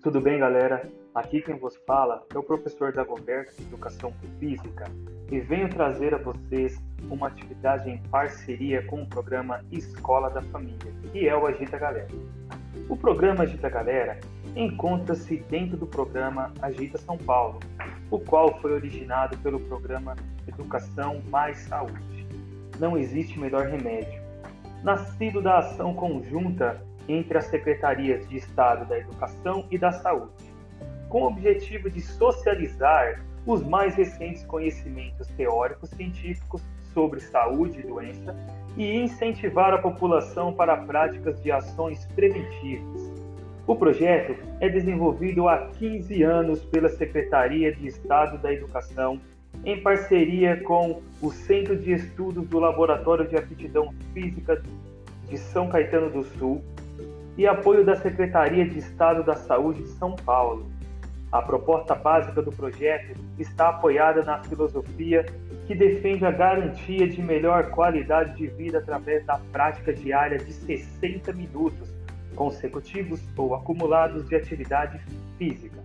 Tudo bem, galera? Aqui quem vos fala é o professor Dagoberto de Educação Física e venho trazer a vocês uma atividade em parceria com o programa Escola da Família, que é o Agita Galera. O programa Agita Galera encontra-se dentro do programa Agita São Paulo, o qual foi originado pelo programa Educação mais Saúde. Não existe melhor remédio. Nascido da ação conjunta entre as Secretarias de Estado da Educação e da Saúde, com o objetivo de socializar os mais recentes conhecimentos teóricos científicos sobre saúde e doença e incentivar a população para práticas de ações preventivas. O projeto é desenvolvido há 15 anos pela Secretaria de Estado da Educação, em parceria com o Centro de Estudos do Laboratório de Aptidão Física de São Caetano do Sul, e apoio da Secretaria de Estado da Saúde de São Paulo. A proposta básica do projeto está apoiada na filosofia que defende a garantia de melhor qualidade de vida através da prática diária de 60 minutos consecutivos ou acumulados de atividade física.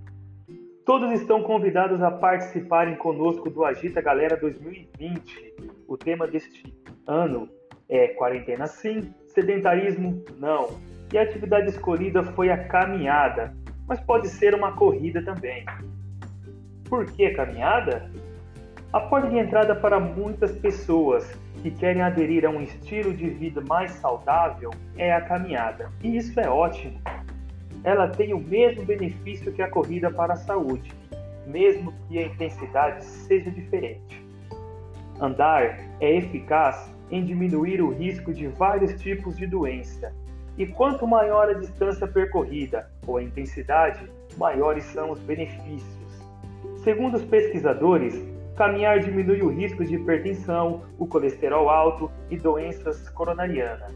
Todos estão convidados a participarem conosco do Agita Galera 2020. O tema deste ano é Quarentena sim, sedentarismo não. E a atividade escolhida foi a caminhada, mas pode ser uma corrida também. Por que caminhada? A porta de entrada para muitas pessoas que querem aderir a um estilo de vida mais saudável é a caminhada, e isso é ótimo. Ela tem o mesmo benefício que a corrida para a saúde, mesmo que a intensidade seja diferente. Andar é eficaz em diminuir o risco de vários tipos de doença. E quanto maior a distância percorrida ou a intensidade, maiores são os benefícios. Segundo os pesquisadores, caminhar diminui o risco de hipertensão, o colesterol alto e doenças coronarianas.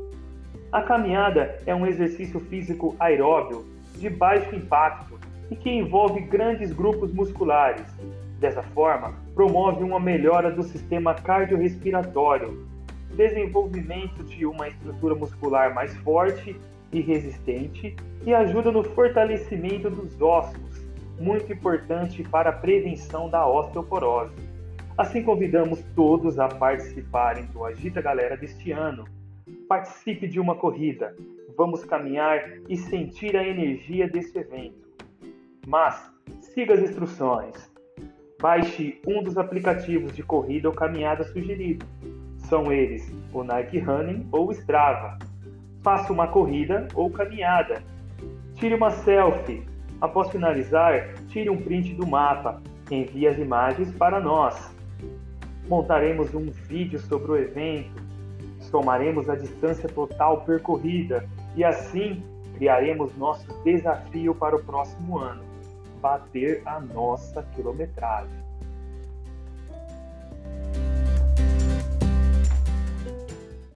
A caminhada é um exercício físico aeróbio de baixo impacto e que envolve grandes grupos musculares. Dessa forma, promove uma melhora do sistema cardiorrespiratório, desenvolvimento de uma estrutura muscular mais forte e resistente e ajuda no fortalecimento dos ossos, muito importante para a prevenção da osteoporose. Assim, convidamos todos a participarem do Agita Galera deste ano. Participe de uma corrida, vamos caminhar e sentir a energia desse evento. Mas, siga as instruções. Baixe um dos aplicativos de corrida ou caminhada sugerido. São eles o Nike Running ou o Strava. Faça uma corrida ou caminhada. Tire uma selfie. Após finalizar, tire um print do mapa. Envie as imagens para nós. Montaremos um vídeo sobre o evento. Somaremos a distância total percorrida e assim criaremos nosso desafio para o próximo ano: bater a nossa quilometragem.